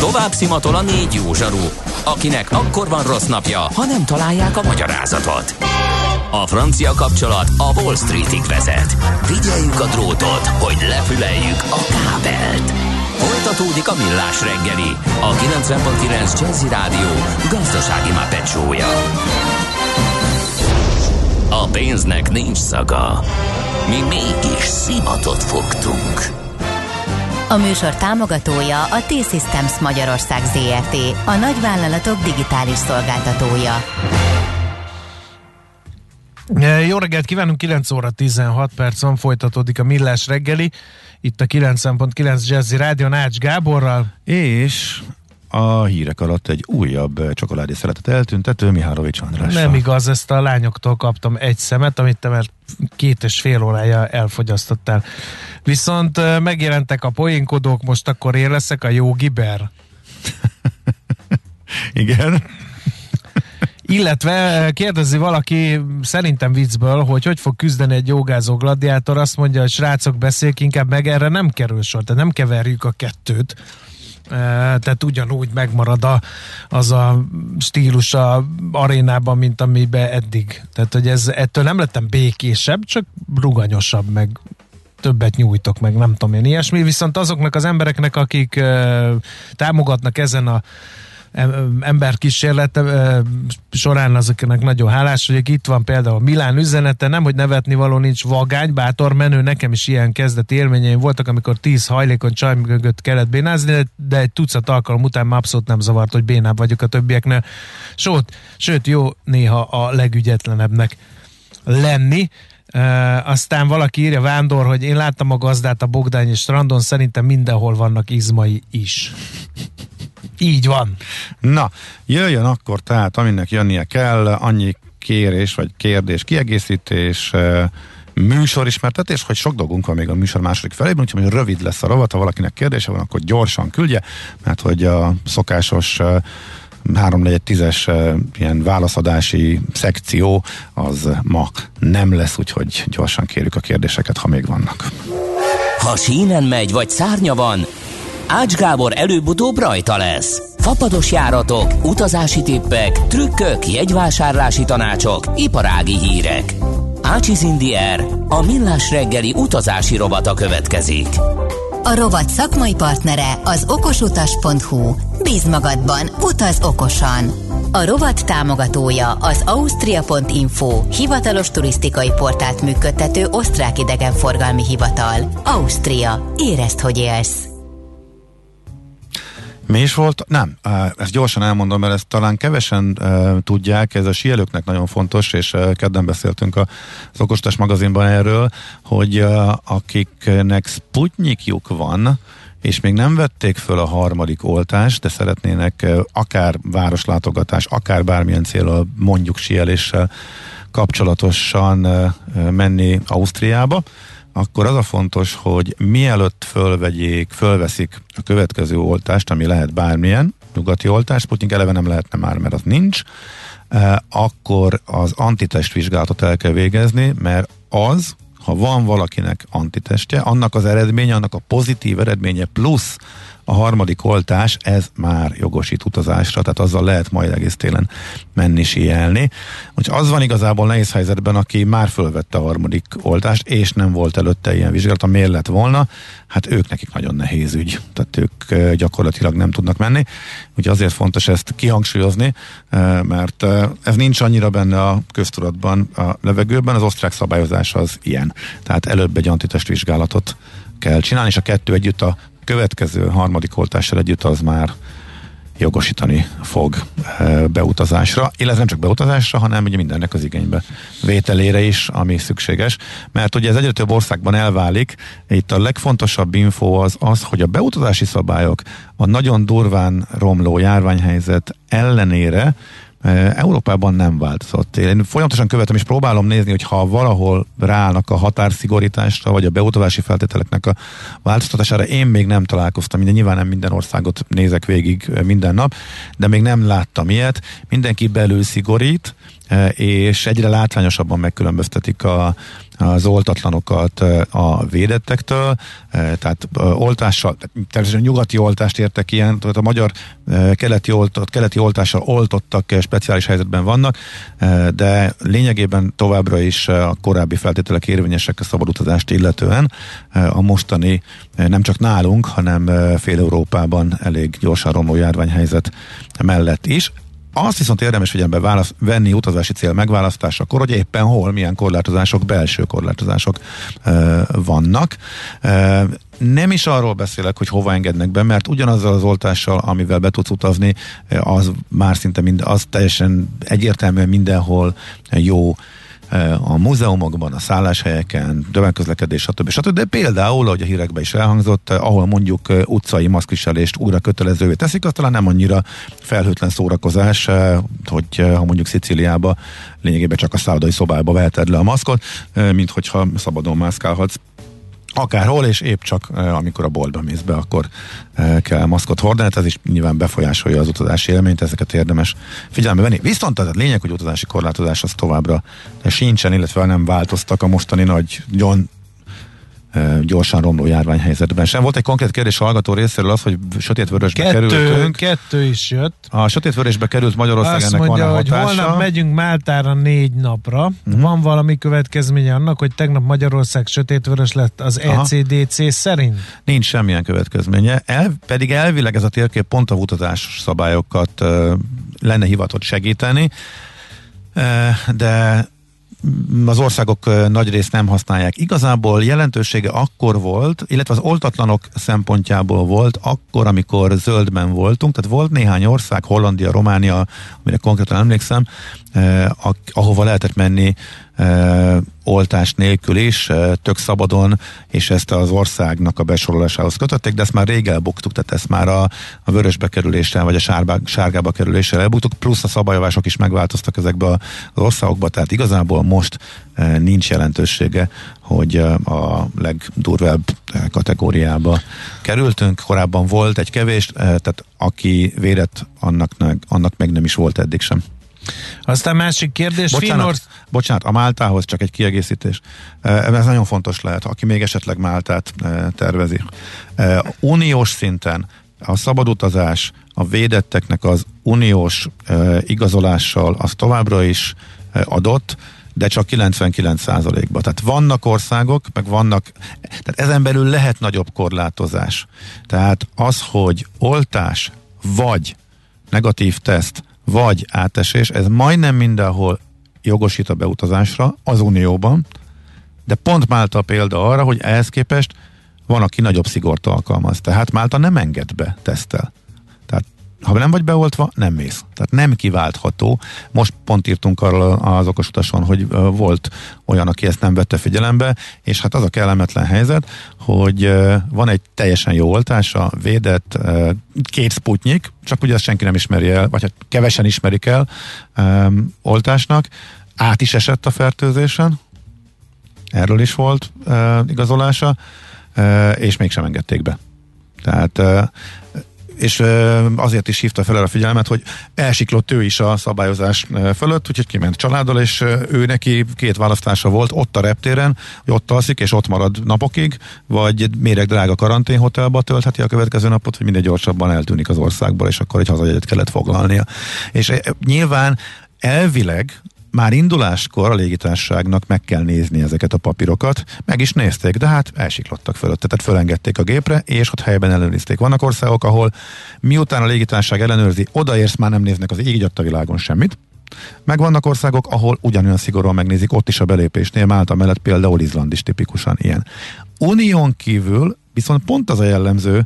Tovább szimatol a 4 jó zsaru, akinek akkor van rossz napja, ha nem találják a magyarázatot. A francia kapcsolat a Wall Streetig vezet. Figyeljük a drótot, hogy lefüleljük a kábelt. Folytatódik a Millás reggeli, a 90.9 Jazzy Rádió gazdasági mápecsója. A pénznek nincs szaga. Mi mégis szimatot fogtunk. A műsor támogatója a T-Systems Magyarország Zrt., a nagyvállalatok digitális szolgáltatója. Jó reggelt kívánunk, 9 óra 16 percon folytatódik a Millás reggeli, itt a 90.9 Jazzy Rádion Ács Gáborral. És a hírek alatt egy újabb csokoládé szeretet eltüntető Mihálovics Andrással. Nem igaz, ezt a lányoktól kaptam egy szemet, amit te már 2,5 órája elfogyasztottál. Viszont megjelentek a poénkodók, most akkor én leszek a Yogi Bear. Igen. Illetve kérdezi valaki, szerintem viccből, hogy fog küzdeni egy jogázó gladiátor, azt mondja, hogy srácok, beszéljük inkább meg, erre nem kerül sor, tehát nem keverjük a kettőt. Tehát ugyanúgy megmarad az a stílus a arénában, mint amiben eddig. Tehát, hogy ettől nem lettem békésebb, csak ruganyosabb, meg többet nyújtok, meg nem tudom én ilyesmi. Viszont azoknak az embereknek, akik támogatnak ezen a emberkísérlet során, azoknak nagyon hálás, hogy itt van például Milán üzenete, nem, hogy nevetni való nincs, vagány, bátor, menő, nekem is ilyen kezdeti élményeim voltak, amikor 10 hajlékony csaj mögött kellett bénázni, de egy tucat alkalom után már abszolút nem zavart, hogy bénább vagyok a többieknél. Sőt, jó néha a legügyetlenebbnek lenni. Aztán valaki írja, Vándor, hogy én láttam a gazdát a Bogdányi strandon, szerintem mindenhol vannak izmai is. Így van. Na, jöjjön akkor tehát, aminek jönnie kell, annyi kérés, vagy kérdés, kiegészítés, műsorismertetés, hogy sok dolgunk van még a műsor második felében, úgyhogy rövid lesz a rovat, ha valakinek kérdése van, akkor gyorsan küldje, mert hogy a szokásos 3-4-10-es ilyen válaszadási szekció az ma nem lesz, úgyhogy gyorsan kérjük a kérdéseket, ha még vannak. Ha sínen megy, vagy szárnya van, Ács Gábor előbb-utóbb rajta lesz. Fapados járatok, utazási tippek, trükkök, jegyvásárlási tanácsok, iparági hírek. Ácsiz in the Air, a Millás reggeli utazási rovata következik. A rovat szakmai partnere az okosutas.hu. Bízd magadban, utaz okosan! A rovat támogatója az Austria.info, hivatalos turisztikai portált működtető osztrák idegenforgalmi hivatal. Ausztria. Érezd, hogy élsz! Mi is volt? Nem, ezt gyorsan elmondom, mert ezt talán kevesen tudják, ez a síelőknek nagyon fontos, és kedden beszéltünk az Okostás magazinban erről, hogy akiknek Sputnikjuk van, és még nem vették föl a 3. oltást, de szeretnének akár városlátogatás, akár bármilyen célral, mondjuk síeléssel kapcsolatosan menni Ausztriába, akkor az a fontos, hogy mielőtt fölveszik a következő oltást, ami lehet bármilyen nyugati oltás, Sputnik eleve nem lehetne már, mert az nincs, akkor az antitestvizsgálatot el kell végezni, mert az, ha van valakinek antitestje, annak az eredménye, annak a pozitív eredménye plusz a 3. oltás, ez már jogosít utazásra, tehát azzal lehet majd egész télen menni síelni. Úgyhogy az van igazából nehéz helyzetben, aki már fölvette a 3. oltást, és nem volt előtte ilyen vizsgálata, miért lett volna, hát ők nekik nagyon nehéz ügy, tehát ők gyakorlatilag nem tudnak menni. Úgyhogy azért fontos ezt kihangsúlyozni, mert ez nincs annyira benne a köztudatban, a levegőben, az osztrák szabályozás az ilyen. Tehát előbb egy antitestvizsgálatot kell csinálni, és a kettő együtt, a következő 3. oltással együtt az már jogosítani fog beutazásra, illetve nem csak beutazásra, hanem ugye mindennek az igénybe vételére is, ami szükséges, mert ugye ez egyre több országban elválik. Itt a legfontosabb info az, hogy a beutazási szabályok a nagyon durván romló járványhelyzet ellenére Európában nem változott. Én folyamatosan követem és próbálom nézni, hogy ha valahol ráállnak a határszigorításra, vagy a beutazási feltételeknek a változtatására, én még nem találkoztam. Nyilván nem minden országot nézek végig minden nap, de még nem láttam ilyet. Mindenki belül szigorít, és egyre látványosabban megkülönböztetik az oltatlanokat a védettektől, tehát oltással, természetesen nyugati oltást értek ilyen, tehát a magyar keleti oltással oltottak speciális helyzetben vannak, de lényegében továbbra is a korábbi feltételek érvényesek a szabad utazást illetően. A mostani nem csak nálunk, hanem fél Európában elég gyorsan romló járványhelyzet mellett is. Azt viszont érdemes figyelembe venni utazási cél megválasztásakor, hogy éppen hol, milyen korlátozások, belső korlátozások vannak. Nem is arról beszélek, hogy hova engednek be, mert ugyanazzal az oltással, amivel be tudsz utazni, az már szinte az teljesen egyértelműen mindenhol jó, a múzeumokban, a szálláshelyeken, tömegközlekedés, stb. De például, ahogy a hírekben is elhangzott, ahol mondjuk utcai maszkviselést újra kötelezővé teszik, az talán nem annyira felhőtlen szórakozás, hogy ha mondjuk Szicíliába lényegében csak a szállodai szobába veheted le a maszkot, mint hogyha szabadon mászkálhatsz akárhol, és épp csak amikor a boltba mész be, akkor kell maszkot hordani, ez is nyilván befolyásolja az utazási élményt, ezeket érdemes figyelembe venni. Viszont az a lényeg, hogy utazási korlátozás az továbbra sincsen, illetve nem változtak a mostani nagy gyorsan romló járványhelyzetben sem. Volt egy konkrét kérdés a hallgató részéről az, hogy sötétvörösbe kerültünk. Kettő is jött. A sötétvörösbe került Magyarország, azt ennek mondja, van-e hogy hatása? holnap megyünk Máltára 4 napra. Van valami következménye annak, hogy tegnap Magyarország sötétvörös lett az ECDC szerint? Nincs semmilyen következménye. Pedig elvileg ez a térkép pont a utazás szabályokat lenne hivatott segíteni, de az országok nagy részt nem használják. Igazából jelentősége akkor volt, illetve az oltatlanok szempontjából volt akkor, amikor zöldben voltunk, tehát volt néhány ország, Hollandia, Románia, amire konkrétan emlékszem, ahova lehetett menni oltás nélkül is, tök szabadon, és ezt az országnak a besorolásához kötötték, de ezt már rég elbuktuk, tehát ezt már a vörösbe kerüléssel, vagy a sárgába kerüléssel elbuktuk, plusz a szabályozások is megváltoztak ezekbe az országokba, tehát igazából most nincs jelentősége, hogy a legdurvább kategóriába kerültünk. Korábban volt egy kevés, tehát aki védett, annak meg nem is volt eddig sem. Aztán másik kérdés. Bocsánat, a Máltához csak egy kiegészítés. Ez nagyon fontos lehet, aki még esetleg Máltát tervezi. Uniós szinten a szabad utazás, a védetteknek az uniós igazolással az továbbra is adott, de csak 99%-ban. Tehát vannak országok, meg vannak, tehát ezen belül lehet nagyobb korlátozás. Tehát az, hogy oltás, vagy negatív teszt, vagy átesés, ez majdnem mindenhol jogosít a beutazásra az Unióban, de pont Málta példa arra, hogy ehhez képest van, aki nagyobb szigort alkalmaz. Tehát Málta nem enged be tesztel. Tehát ha nem vagy beoltva, nem mész. Tehát nem kiváltható. Most pont írtunk arról az okosutason, hogy volt olyan, aki ezt nem vette figyelembe, és hát az a kellemetlen helyzet, hogy van egy teljesen jó oltása, védett 2 Sputnik, csak ugye ezt senki nem ismeri el, vagy hát kevesen ismerik el oltásnak, át is esett a fertőzésen, erről is volt igazolása, és mégsem engedték be. Tehát és azért is hívta fel a figyelmet, hogy elsiklott ő is a szabályozás fölött, úgyhogy kiment családdal, és ő neki 2 választása volt ott a reptéren, hogy ott alszik, és ott marad napokig, vagy méregdrága karanténhotelba töltheti a következő napot, hogy minél gyorsabban eltűnik az országból, és akkor egy hazajegyet kellett foglalnia. És nyilván elvileg már induláskor a légitársaságnak meg kell nézni ezeket a papírokat, meg is nézték, de hát elsiklottak fölötte, tehát fölengedték a gépre, és ott helyben ellenőrizték. Vannak országok, ahol miután a légitársaság ellenőrzi, odaérsz, már nem néznek az ég a világon semmit, meg vannak országok, ahol ugyanolyan szigorúan megnézik, ott is a belépésnél, Málta mellett például Izland is tipikusan ilyen. Unión kívül viszont pont az a jellemző,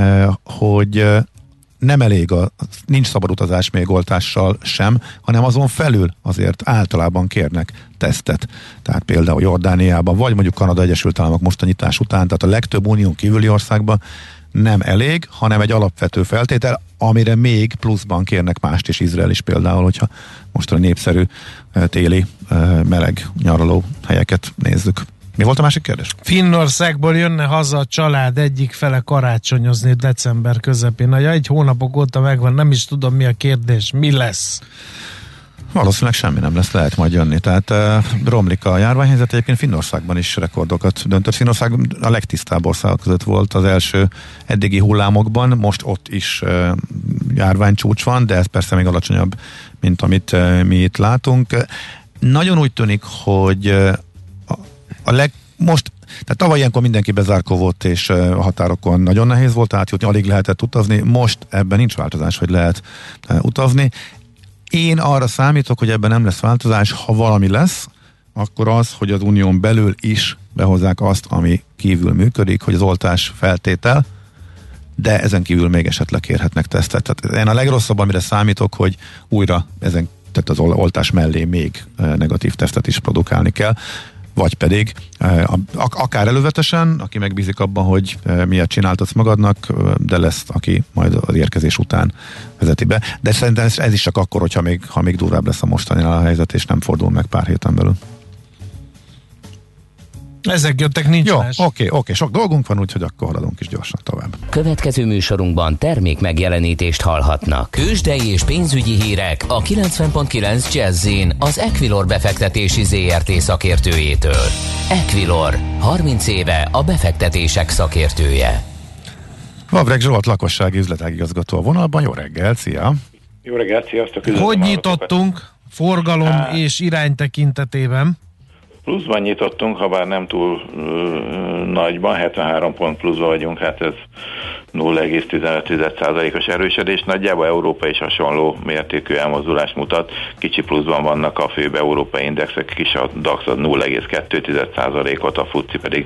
hogy nem elég, nincs szabad utazás még oltással sem, hanem azon felül azért általában kérnek tesztet. Tehát például Jordániában, vagy mondjuk Kanada, Egyesült Államok most a nyitás után, tehát a legtöbb unión kívüli országban nem elég, hanem egy alapvető feltétel, amire még pluszban kérnek mást is, Izrael is például, hogyha most a népszerű téli meleg nyaraló helyeket nézzük. Mi volt a másik kérdés? Finnországból jönne haza a család egyik fele karácsonyozni december közepén. 1 hónapok óta megvan, nem is tudom mi a kérdés. Mi lesz? Valószínűleg semmi nem lesz, lehet majd jönni. Tehát romlik a járványhelyzet, egyébként Finnországban is rekordokat döntött. Finnország a legtisztább országok között volt az első eddigi hullámokban, most ott is járványcsúcs van, de ez persze még alacsonyabb, mint amit mi itt látunk. Nagyon úgy tűnik, hogy tehát tavaly ilyenkor mindenki bezárkózott, és a határokon nagyon nehéz volt átjutni, alig lehetett utazni, most ebben nincs változás, hogy lehet utazni. Én arra számítok, hogy ebben nem lesz változás, ha valami lesz, akkor az, hogy az unión belül is behozzák azt, ami kívül működik, hogy az oltás feltétel, de ezen kívül még esetleg kérhetnek tesztet. Tehát én a legrosszabb, amire számítok, hogy újra tehát az oltás mellé még negatív tesztet is produkálni kell, vagy pedig akár előzetesen, aki megbízik abban, hogy miért csináltatsz magadnak, de lesz, aki majd az érkezés után vezeti be. De szerintem ez is csak akkor, ha még durvább lesz a mostani a helyzet, és nem fordul meg pár héten belül. Ezek jöttek, nincs jó, más. Oké, sok dolgunk van, úgyhogy akkor haladunk is gyorsan tovább. Következő műsorunkban termék megjelenítést hallhatnak. Kősdei és pénzügyi hírek a 90.9 Jazz-in az Equilor befektetési ZRT szakértőjétől. Equilor, 30 éve a befektetések szakértője. Vavreg Zsolt, lakossági üzletágigazgató a vonalban. Jó reggel, szia! Jó reggelt, sziasztok! Hogy nyitottunk forgalom és irány tekintetében? Pluszban nyitottunk, ha bár nem túl nagyban, 73 pont pluszban vagyunk, hát ez 0,15%-os erősödés. Nagyjából Európa is hasonló mértékű elmozdulást mutat. Kicsi pluszban vannak a főbb európai indexek is, a DAX 0,2%-ot, a FTSE pedig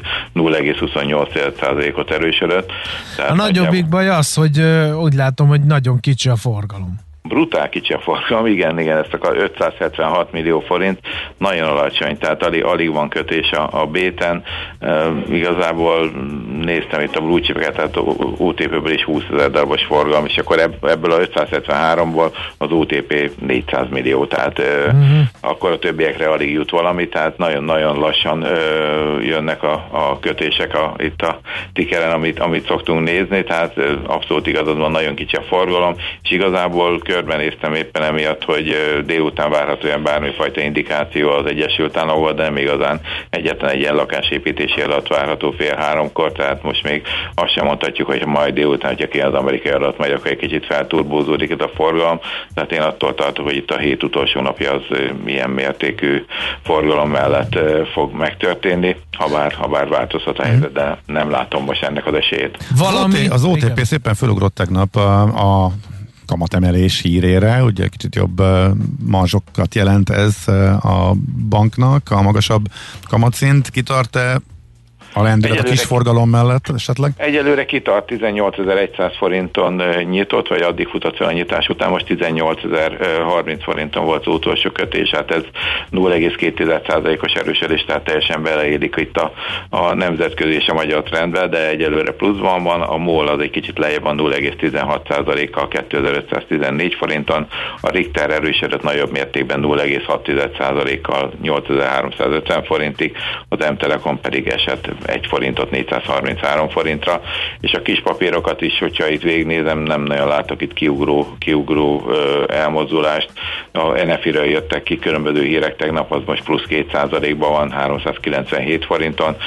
0,28%-ot erősödött. Tehát a nagyobbik baj az, hogy úgy látom, hogy nagyon kicsi a forgalom. Brutál kicsi a forgalom, igen, ezt a 576 millió forint, nagyon alacsony, tehát alig van kötés a B-ten. Igazából néztem itt a blue chipeket, tehát OTP-ből is 20 000 darabos forgalom, és akkor ebből a 573-ból az OTP 400 millió, tehát akkor a többiekre alig jut valami, tehát nagyon-nagyon lassan jönnek a kötések itt a tickeren, amit szoktunk nézni, tehát abszolút igazad van, nagyon kicsi a forgalom, és igazából körbenéztem éppen emiatt, hogy délután várhatóan bármifajta indikáció az Egyesült Államokban, de nem igazán egyetlen egy ilyen lakásépítési adat várható 2:30-kor, tehát most még azt sem mondhatjuk, hogy majd délután, hogyha kijön az amerikai adat, majd akkor egy kicsit felturbózódik itt a forgalom, tehát én attól tartok, hogy itt a hét utolsó napja az milyen mértékű forgalom mellett fog megtörténni, ha bár változhat a helyzet, de nem látom most ennek az esélyét. Az OTP szépen fölugrott tegnap a kamatemelés hírére, ugye kicsit jobb marzsokat jelent ez a banknak, a magasabb kamatszint. Kitart-e a lendület a kis forgalom mellett esetleg? Egyelőre kitart, 18.100 forinton nyitott, vagy addig futott fel a nyitás után, most 18.030 forinton volt az utolsó kötés, hát ez 0,2%-os erősödés, tehát teljesen beleélik itt a nemzetközi és a magyar trendbe, de egyelőre pluszban van, a MOL az egy kicsit lejjebb van 0,16%-kal 2514 forinton, a Richter erősödött nagyobb mértékben 0,6%-kal 8350 forintig, az M-Telekom pedig esett 1 forintot 433 forintra, és a kis papírokat is, hogyha itt végignézem, nem nagyon látok itt kiugró elmozdulást. A NFI-ről jöttek ki különböző hírek tegnap, az most plusz 2%-ban van, 397 forinton.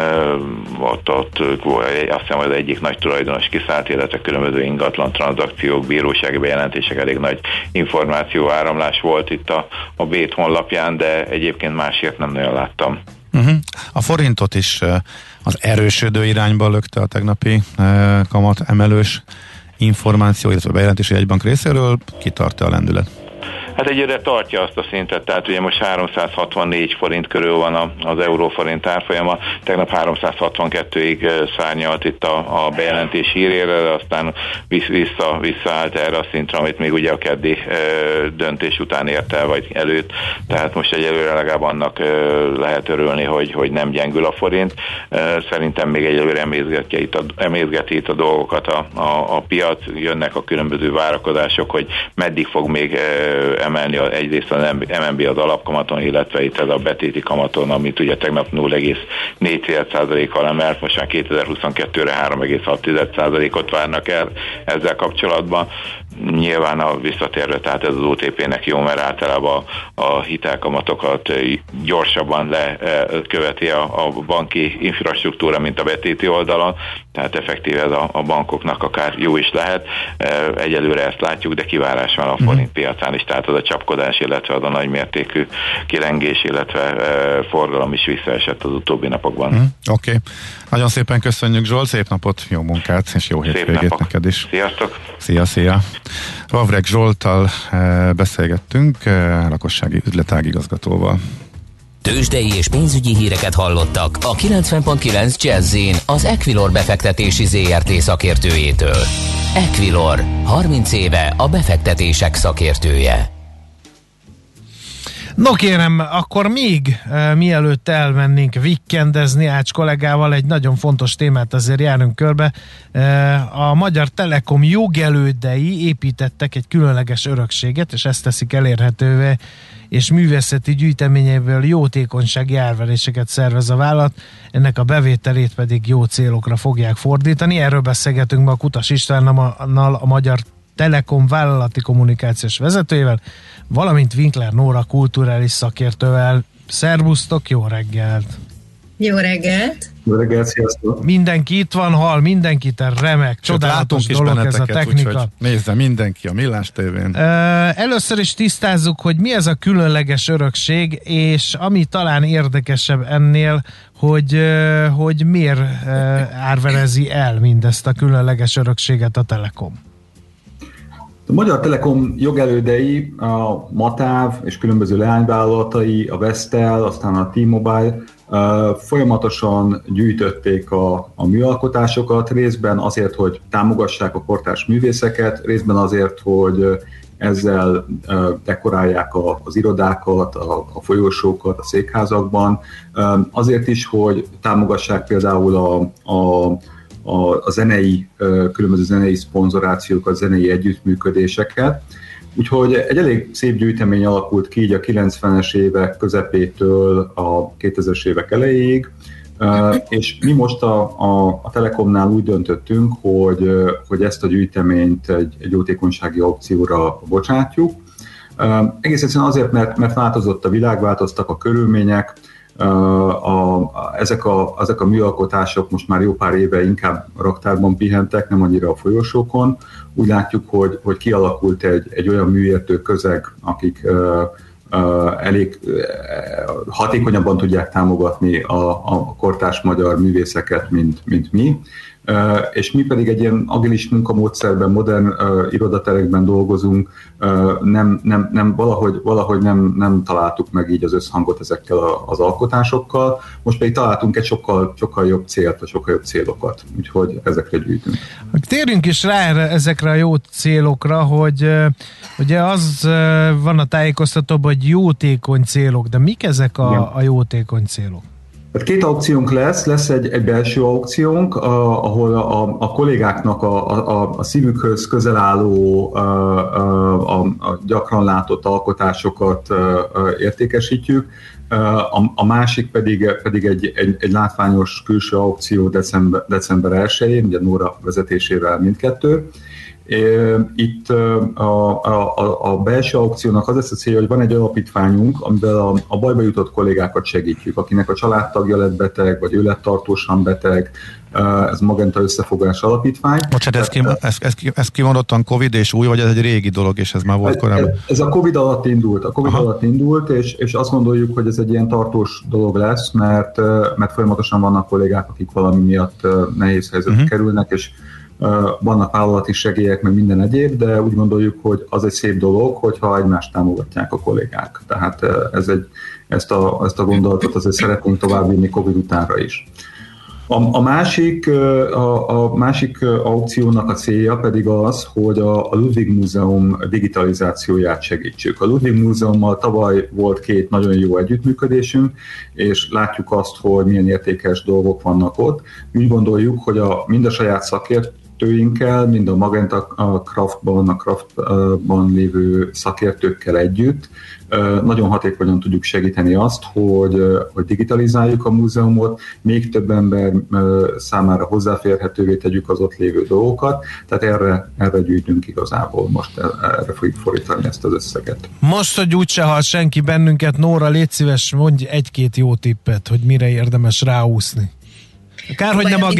Ott azt hiszem, hogy az egyik nagy tulajdonos kiszállt, illetve különböző ingatlan tranzakciók, bírósági bejelentések, elég nagy információ áramlás volt itt a BÉT honlapján, de egyébként másért nem nagyon láttam. A forintot is az erősödő irányba lökte a tegnapi kamat emelős információ, illetve bejelentési jegybank részéről. Kitart-e a lendület? Hát egyre tartja azt a szintet, tehát ugye most 364 forint körül van az euróforint árfolyama, tegnap 362-ig szárnyalt itt a bejelentés hírére, de aztán visszaállt erre a szintre, amit még ugye a keddi döntés után ért el, vagy előtt, tehát most egyelőre legalább annak lehet örülni, hogy nem gyengül a forint. Szerintem még egyelőre emészgeti itt a dolgokat a piac, jönnek a különböző várakozások, hogy meddig fog még emelni egyrészt az MNB az alapkamaton, illetve itt ez a betéti kamaton, amit ugye tegnap 0,4%-kal emelt, most már 2022-re 3,6%-ot várnak el ezzel kapcsolatban. Nyilván a visszatérve, tehát ez az OTP-nek jó, mert általában a hitelkamatokat gyorsabban leköveti a banki infrastruktúra, mint a betéti oldalon, tehát effektíve ez a bankoknak akár jó is lehet. Egyelőre ezt látjuk, de kivárás van a forint piacán is, tehát az a csapkodás, illetve az a nagymértékű kilengés, illetve forgalom is visszaesett az utóbbi napokban. Oké. Nagyon szépen köszönjük, Zsolt, szép napot, jó munkát, és jó hétvégét neked is. Sziasztok! Szia! Vavreg Zsolttal beszélgettünk, lakossági üzletágigazgatóval. Tőzsdei és pénzügyi híreket hallottak a 90.9 Jazz-in az Equilor befektetési ZRT szakértőjétől. Equilor, 30 éve a befektetések szakértője. No kérem, akkor még mielőtt elmennénk weekendezni Ács kollégával, egy nagyon fontos témát azért járunk körbe. A Magyar Telekom jogelődei építettek egy különleges örökséget, és ezt teszik elérhetővé, és művészeti gyűjteményeiből jótékonysági árveréseket szervez a vállalat, ennek a bevételét pedig jó célokra fogják fordítani. Erről beszélgetünk ma Kutas Istvánnal, a Magyar Telekom vállalati kommunikációs vezetőjével, valamint Winkler Nóra kulturális szakértővel. Szervusztok, jó reggelt! Jó reggelt! Jó reggelt, sziasztok! Mindenki itt van, hall mindenkit, remek, csodálatos dolog ez a technika. Nézze mindenki a Millás tévén. Először is tisztázzuk, hogy mi ez a különleges örökség, és ami talán érdekesebb ennél, hogy miért árverezi el mindezt a különleges örökséget a Telekom. A Magyar Telekom jogelődei, a Matáv és különböző leányvállalatai, a Vestel, aztán a T-Mobile folyamatosan gyűjtötték a műalkotásokat, részben azért, hogy támogassák a kortárs művészeket, részben azért, hogy ezzel dekorálják az irodákat, a folyosókat, a székházakban, azért is, hogy támogassák például a zenei, különböző zenei szponzorációkat, zenei együttműködéseket. Úgyhogy egy elég szép gyűjtemény alakult ki így a 90-es évek közepétől a 2000-es évek elejéig, és mi most a Telekomnál úgy döntöttünk, hogy ezt a gyűjteményt egy jótékonysági aukcióra bocsátjuk. Egész egyszerűen azért, mert változott a világ, változtak a körülmények, ezek a műalkotások most már jó pár éve inkább raktárban pihentek, nem annyira a folyosókon. Úgy látjuk, hogy kialakult egy olyan műértő közeg, akik elég hatékonyabban tudják támogatni a kortárs magyar művészeket, mint mi. És mi pedig egy ilyen agilis munkamódszerben, modern irodaterekben dolgozunk, valahogy nem találtuk meg így az összhangot ezekkel az alkotásokkal, most pedig találtunk egy sokkal jobb célt, vagy sokkal jobb célokat, úgyhogy ezekre gyűjtünk. Térjünk is rá ezekre a jó célokra, hogy ugye az van a tájékoztatóban, hogy jótékony célok, de mik ezek a jótékony célok? Két aukciónk lesz egy belső aukciónk, ahol a kollégáknak a szívükhöz közel álló, a gyakran látott alkotásokat értékesítjük, a másik pedig egy látványos külső aukció december 1-én, ugye Nóra vezetésével mindkettő. Itt a belső aukciónak az lesz a célja, hogy van egy alapítványunk, amivel a bajba jutott kollégákat segítjük, akinek a családtagja lett beteg, vagy ő lett tartósan beteg, ez Magenta Összefogás Alapítvány. Bocsánat, ez kimondottan Covid és új, vagy ez egy régi dolog, és ez már volt korábban? Ez a Covid alatt indult, és azt gondoljuk, hogy ez egy ilyen tartós dolog lesz, mert folyamatosan vannak kollégák, akik valami miatt nehéz helyzetbe kerülnek, és vannak vállalati segélyek, meg minden egyéb, de úgy gondoljuk, hogy az egy szép dolog, hogyha egymást támogatják a kollégák. Tehát ezt a gondolatot azért szeretnénk továbbvinni Covid utánra is. A másik aukciónak a célja pedig az, hogy a Ludwig Múzeum digitalizációját segítsük. A Ludwig Múzeummal tavaly volt 2 nagyon jó együttműködésünk, és látjuk azt, hogy milyen értékes dolgok vannak ott. Úgy gondoljuk, hogy mind a saját szakértőinkkel, mind a Magenta a Craftban lévő szakértőkkel együtt nagyon hatékonyan tudjuk segíteni azt, hogy digitalizáljuk a múzeumot, még több ember számára hozzáférhetővé tegyük az ott lévő dolgokat, tehát erre gyűjtünk igazából, most erre fogjuk fordítani ezt az összeget. Most, hogy úgyse hall senki bennünket, Nóra, légy szíves, mondj egy-két jó tippet, hogy mire érdemes ráúszni. Kár,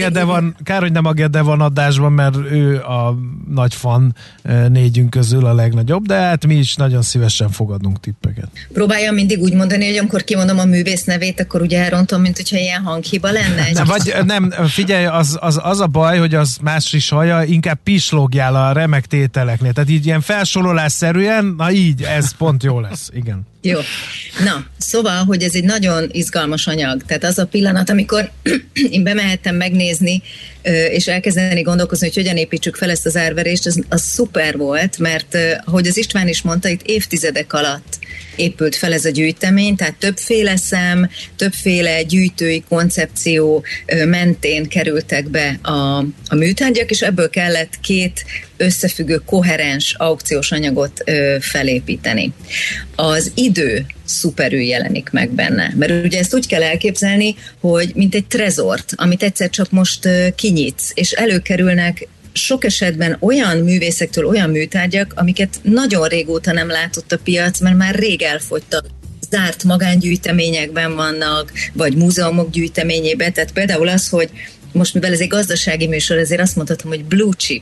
hogy nem a Gede van adásban, mert ő a nagy fan négyünk közül a legnagyobb, de hát mi is nagyon szívesen fogadunk tippeket. Próbáljam mindig úgy mondani, hogy amikor kimondom a művész nevét, akkor ugye elrontom, mint hogyha ilyen hanghiba lenne. Nem, figyelj, az a baj, hogy az más is hallja, inkább pislogjál a remek tételeknél. Tehát így ilyen felsorolásszerűen, na így, ez pont jó lesz, igen. Jó. Na, szóval, hogy ez egy nagyon izgalmas anyag. Tehát az a pillanat, amikor én bemehettem megnézni, és elkezdeni gondolkozni, hogy hogyan építsük fel ezt az árverést, az szuper volt, mert ahogy az István is mondta, itt évtizedek alatt épült fel ez a gyűjtemény, tehát többféle szem, többféle gyűjtői koncepció mentén kerültek be a műtárgyak, és ebből kellett két összefüggő, koherens aukciós anyagot felépíteni. Az idő szuperül jelenik meg benne, mert ugye ezt úgy kell elképzelni, hogy mint egy trezort, amit egyszer csak most kinyitsz, és előkerülnek sok esetben olyan művészektől olyan műtárgyak, amiket nagyon régóta nem látott a piac, mert már rég elfogytak. Zárt magángyűjteményekben vannak, vagy múzeumok gyűjteményében, tehát például az, hogy most mivel ez egy gazdasági műsor, ezért azt mondhatom, hogy blue chip.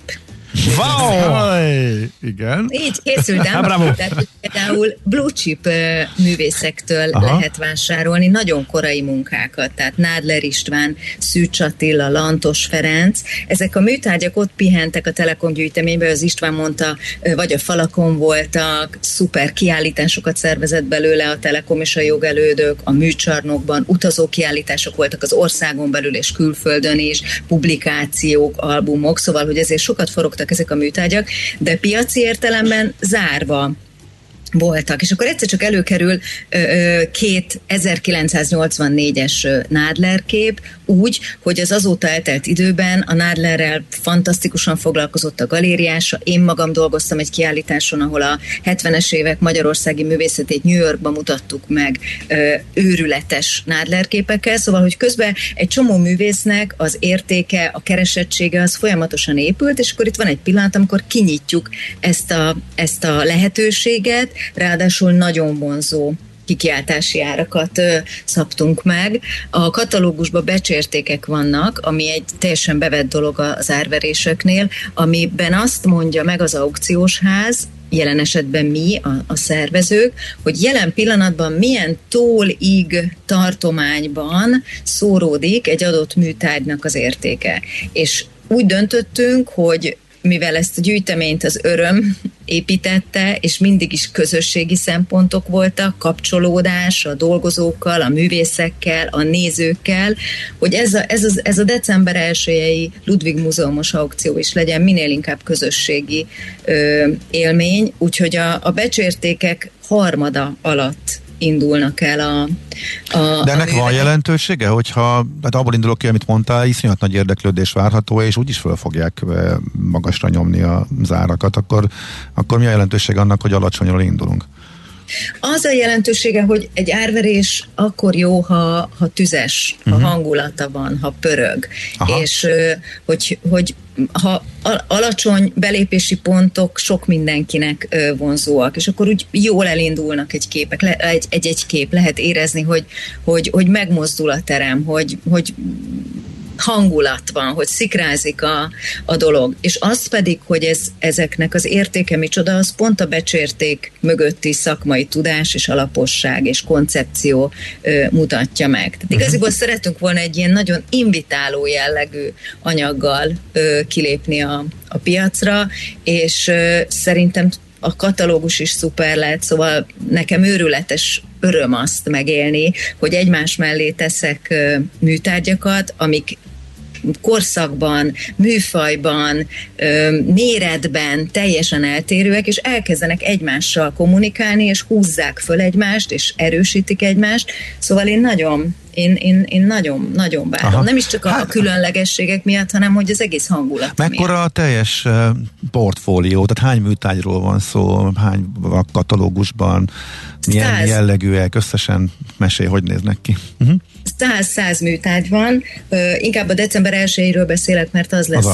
Wow! Igen. Így készültem. Tehát például blue chip művészektől lehet vásárolni nagyon korai munkákat, tehát Nádler István, Szűcs Attila, Lantos Ferenc. Ezek a műtárgyak ott pihentek a Telekom gyűjteményben, az István mondta, vagy a falakon voltak, szuper kiállításokat szervezett belőle a Telekom és a jogelődök, a műcsarnokban utazókiállítások voltak az országon belül és külföldön is, publikációk, albumok, szóval, hogy ezért sokat forogtak ezek a műtárgyak, de piaci értelemben zárva voltak. És akkor egyszer csak előkerül két 1984-es Nádler kép, úgy, hogy az azóta eltelt időben a Nádlerrel fantasztikusan foglalkozott a galériása. Én magam dolgoztam egy kiállításon, ahol a 70-es évek magyarországi művészetét New Yorkban mutattuk meg őrületes Nádler képekkel, szóval, hogy közben egy csomó művésznek az értéke, a keresettsége az folyamatosan épült, és akkor itt van egy pillanat, amikor kinyitjuk ezt a lehetőséget, ráadásul nagyon vonzó kikiáltási árakat szabtunk meg. A katalógusban becsértékek vannak, ami egy teljesen bevett dolog az árveréseknél, amiben azt mondja meg az aukciós ház, jelen esetben mi, a szervezők, hogy jelen pillanatban milyen tól-ig tartományban szóródik egy adott műtárgynak az értéke. És úgy döntöttünk, hogy mivel ezt a gyűjteményt az öröm építette, és mindig is közösségi szempontok voltak, kapcsolódás a dolgozókkal, a művészekkel, a nézőkkel, hogy ez a december 1-i Ludwig Múzeumos aukció is legyen minél inkább közösségi élmény, úgyhogy a becsértékek harmada alatt indulnak el de ennek van jelentősége, hogyha hát abból indulok ki, amit mondtál, iszonyat nagy érdeklődés várható, és úgyis föl fogják magasra nyomni az árakat, akkor mi a jelentőség annak, hogy alacsonyról indulunk? Az a jelentősége, hogy egy árverés akkor jó, ha tüzes, ha hangulata van, ha pörög. Aha. És hogy ha alacsony belépési pontok sok mindenkinek vonzóak, és akkor úgy jól elindulnak egy képek, egy kép, lehet érezni, hogy megmozdul a terem, hogy hangulat van, hogy szikrázik a dolog. És az pedig, hogy ezeknek az értéke micsoda, az pont a becsérték mögötti szakmai tudás és alaposság és koncepció mutatja meg. Tehát igaziból szeretünk volna egy ilyen nagyon invitáló jellegű anyaggal kilépni a piacra, és szerintem a katalógus is szuper lett, szóval nekem őrületes öröm azt megélni, hogy egymás mellé teszek műtárgyakat, amik korszakban, műfajban, méretben teljesen eltérőek, és elkezdenek egymással kommunikálni, és húzzák föl egymást, és erősítik egymást. Szóval én nagyon várom. Aha. Nem is csak a különlegességek miatt, hanem hogy az egész hangulat. Mekkora a teljes portfólió? Tehát hány műtárgyról van szó, hány katalógusban, milyen jellegűek, összesen mesélj, hogy néznek ki? 100 műtárgy van, inkább a december 1-ről beszélek, mert az lesz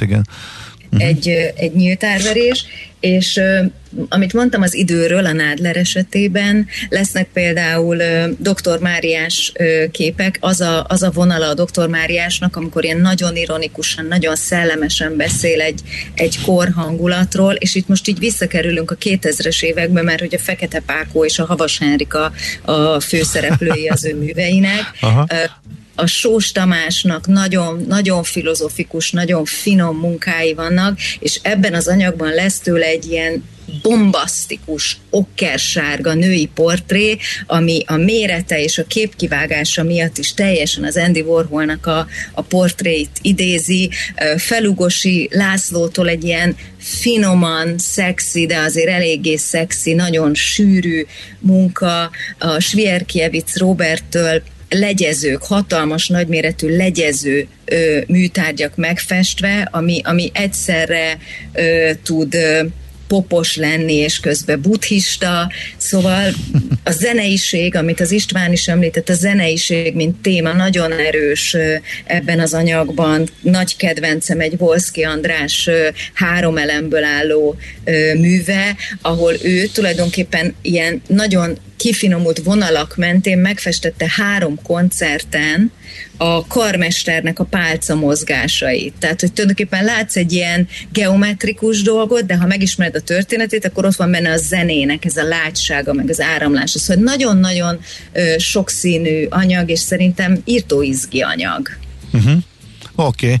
egy nyílt árverés, és amit mondtam az időről, a Nadler esetében, lesznek például Dr. Máriás képek, az a vonala a Dr. Máriásnak, amikor ilyen nagyon ironikusan, nagyon szellemesen beszél egy kor hangulatról, és itt most így visszakerülünk a 2000-es évekbe, mert hogy a Fekete Pákó és a Havas Henrika a főszereplői az ő műveinek. Aha. A Sós Tamásnak nagyon, nagyon filozofikus, nagyon finom munkái vannak, és ebben az anyagban lesz tőle egy ilyen bombasztikus, okkersárga női portré, ami a mérete és a képkivágása miatt is teljesen az Andy Warholnak a portréit idézi. Felugosi Lászlótól egy ilyen finoman szexi, de azért eléggé szexi, nagyon sűrű munka, a Svierkiewicz Roberttől legyezők, hatalmas, nagyméretű legyező műtárgyak megfestve, ami egyszerre tud popos lenni, és közben buddhista, szóval a zeneiség, amit az István is említett, a zeneiség, mint téma nagyon erős ebben az anyagban. Nagy kedvencem egy Volszky András 3 elemből álló műve, ahol ő tulajdonképpen ilyen nagyon kifinomult vonalak mentén megfestette 3 koncerten a karmesternek a pálca mozgásait. Tehát, hogy tulajdonképpen látsz egy ilyen geometrikus dolgot, de ha megismered a történetét, akkor ott van benne a zenének ez a lágysága, meg az áramlása. Szóval nagyon-nagyon sokszínű anyag, és szerintem írtóizgi anyag. Oké.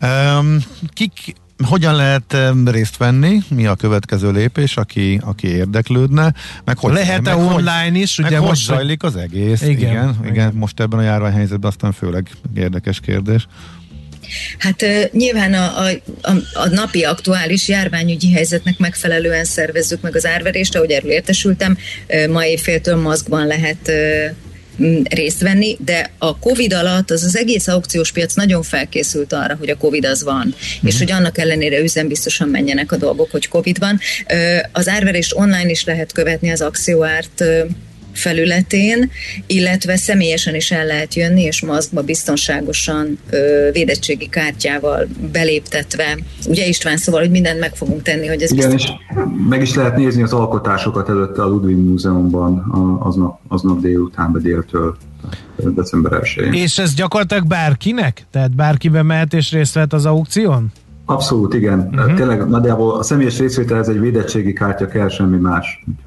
Hogyan lehet részt venni? Mi a következő lépés, aki érdeklődne? Meg hogy lehet-e online is? Ugye hogy zajlik az egész? Igen. Most ebben a járványhelyzetben aztán főleg érdekes kérdés. Hát nyilván a napi aktuális járványügyi helyzetnek megfelelően szervezzük meg az árverést, ahogy erről értesültem, ma éjféltől maszkban lehet részt venni, de a Covid alatt az egész aukciós piac nagyon felkészült arra, hogy a Covid az van, és hogy annak ellenére üzembiztosan menjenek a dolgok, hogy Covid van. Az árverést online is lehet követni az Axióárt felületén, illetve személyesen is el lehet jönni, és maszkba biztonságosan védettségi kártyával beléptetve. Ugye István, szóval, hogy mindent meg fogunk tenni, hogy ez igen, és meg is lehet nézni az alkotásokat előtte a Ludwig Múzeumban aznap délután, déltől december 1-én. És ez gyakorlatilag bárkinek? Tehát bárki bemehet és részt vett az aukción? Abszolút, igen. Tényleg nagyjából a személyes részvételhez egy védettségi kártya kell, semmi más.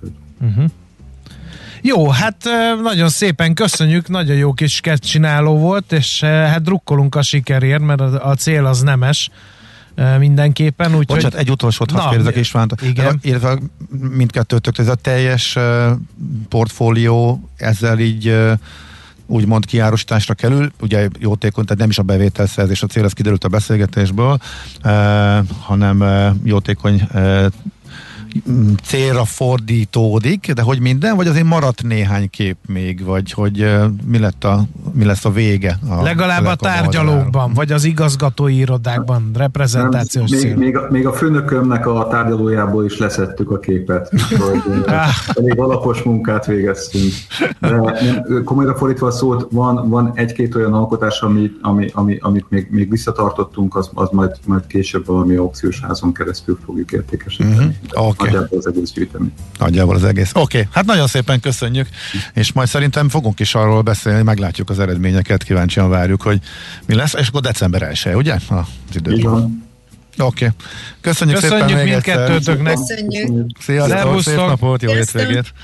Jó, hát nagyon szépen köszönjük, nagyon jó kis sketch-csináló volt, és hát drukkolunk a sikerért, mert a cél az nemes mindenképpen. Bocsánat, egy utolsót hadd kérdezek Istvánt. Illetve mindkettőtök, ez a teljes portfólió ezzel így úgymond kiárosításra kerül, ugye jótékony, tehát nem is a bevételszerzés a cél, ez kiderült a beszélgetésből, hanem jótékony célra fordítódik, de hogy minden, vagy azért maradt néhány kép még, vagy hogy mi lesz a vége? Legalább a tárgyalókban, vagy az igazgatói irodákban, reprezentációs cél. Még a főnökömnek a tárgyalójából is leszettük a képet, hogy elég alapos munkát végeztünk. De komolyra fordítva a szót, van egy-két olyan alkotás, amit még visszatartottunk, az majd később valami aukciós házon keresztül fogjuk értékesíteni. Nagyjából az egész gyűjteni. Nagyjából az egész. Oké, hát nagyon szépen köszönjük, és majd szerintem fogunk is arról beszélni, meglátjuk az eredményeket, kíváncsian várjuk, hogy mi lesz, és akkor december 1, ugye? Az időben. Oké. Köszönjük szépen még mindkettőtöknek. Sziasztok, szép napot, jó hétvégét.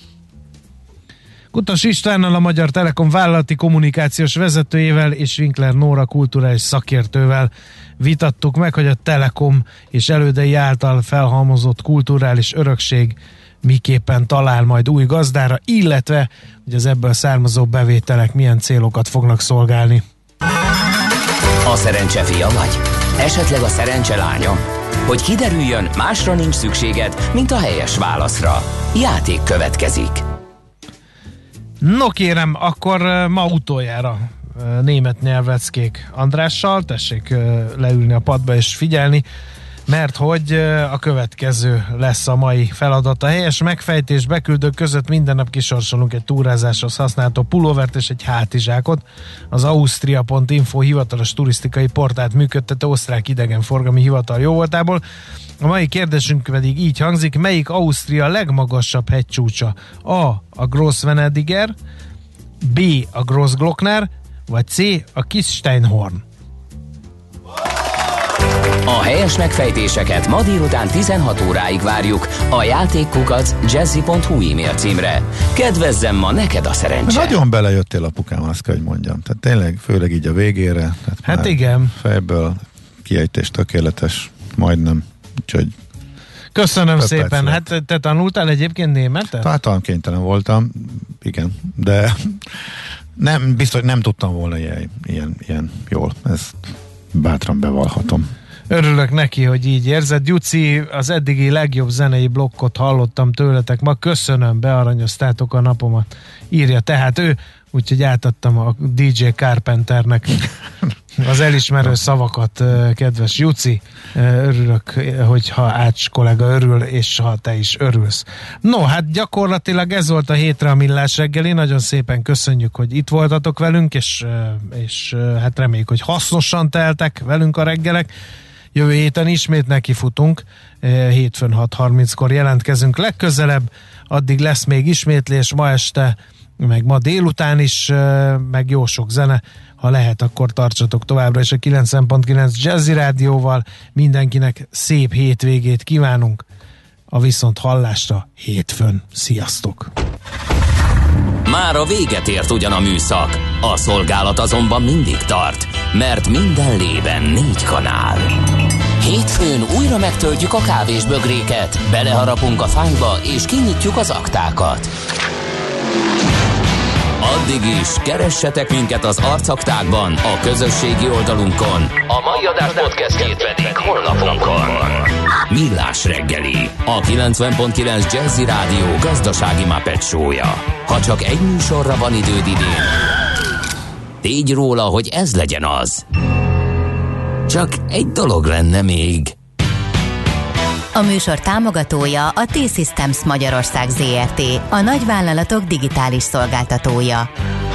Kutas Istvánnal, a Magyar Telekom vállalati kommunikációs vezetőjével és Winkler Nóra kulturális szakértővel vitattuk meg, hogy a Telekom és elődei által felhalmozott kulturális örökség miképpen talál majd új gazdára, illetve hogy az ebből származó bevételek milyen célokat fognak szolgálni. A szerencse fia vagy? Esetleg a szerencse lánya? Hogy kiderüljön, másra nincs szükséged, mint a helyes válaszra. Játék következik. No kérem, akkor ma utoljára német nyelvleckék Andrással, tessék leülni a padba és figyelni, mert hogy a következő lesz a mai feladat. A helyes megfejtés beküldők között minden nap kisorsolunk egy túrázáshoz használható pulóvert és egy hátizsákot. Az Austria.info hivatalos turisztikai portált működtető osztrák idegenforgalmi hivatal jóvoltából. A mai kérdésünk pedig így hangzik: melyik Ausztria legmagasabb hegycsúcsa? A Grossvenediger, B a Grossglockner, vagy C a Kitzsteinhorn? A helyes megfejtéseket ma délután 16 óráig várjuk a játékkukac@jazzy.hu e-mail címre. Kedvezzem ma neked a szerencse! Nagyon belejöttél, apukám, azt kell, hogy mondjam. Tehát tényleg, főleg így a végére. Hát igen. Fejből kiejtés tökéletes, majdnem. Úgyhogy köszönöm szépen. Hát te tanultál egyébként németet? Talán kénytelen voltam, igen, de nem, biztos, nem tudtam volna ilyen jól. Ezt bátran bevallhatom. Örülök neki, hogy így érzed. Juci, az eddigi legjobb zenei blokkot hallottam tőletek ma. Köszönöm, bearanyoztátok a napomat. Írja tehát ő, úgyhogy átadtam a DJ Carpenternek az elismerő szavakat, kedves Juci. Örülök, hogyha Ács kollega örül, és ha te is örülsz. No, hát gyakorlatilag ez volt a hétre a Millás reggeli. Nagyon szépen köszönjük, hogy itt voltatok velünk, és hát reméljük, hogy hasznosan teltek velünk a reggelek. Jövő héten ismét nekifutunk, hétfőn 6:30-kor jelentkezünk legközelebb, addig lesz még ismétlés ma este, meg ma délután is, meg jó sok zene. Ha lehet, akkor tartsatok továbbra is a 90.9 Jazzy Rádióval. Mindenkinek szép hétvégét kívánunk, a viszont hallásra hétfőn. Sziasztok! Már a véget ért ugyan a műszak, a szolgálat azonban mindig tart, mert minden lében 4 kanál. Hétfőn újra megtöltjük a kávésbögréket, beleharapunk a fányba és kinyitjuk az aktákat. Addig is keressetek minket az arcaktákban, a közösségi oldalunkon, a mai adás podcastjét pedig honlapunkon. Millás reggeli, a 90.9 Jazzy Rádió gazdasági Muppet show-ja. Ha csak egy műsorra van időd idén, tégy róla, hogy ez legyen az. Csak egy dolog lenne még. A műsor támogatója a T-Systems Magyarország Zrt., a nagyvállalatok digitális szolgáltatója.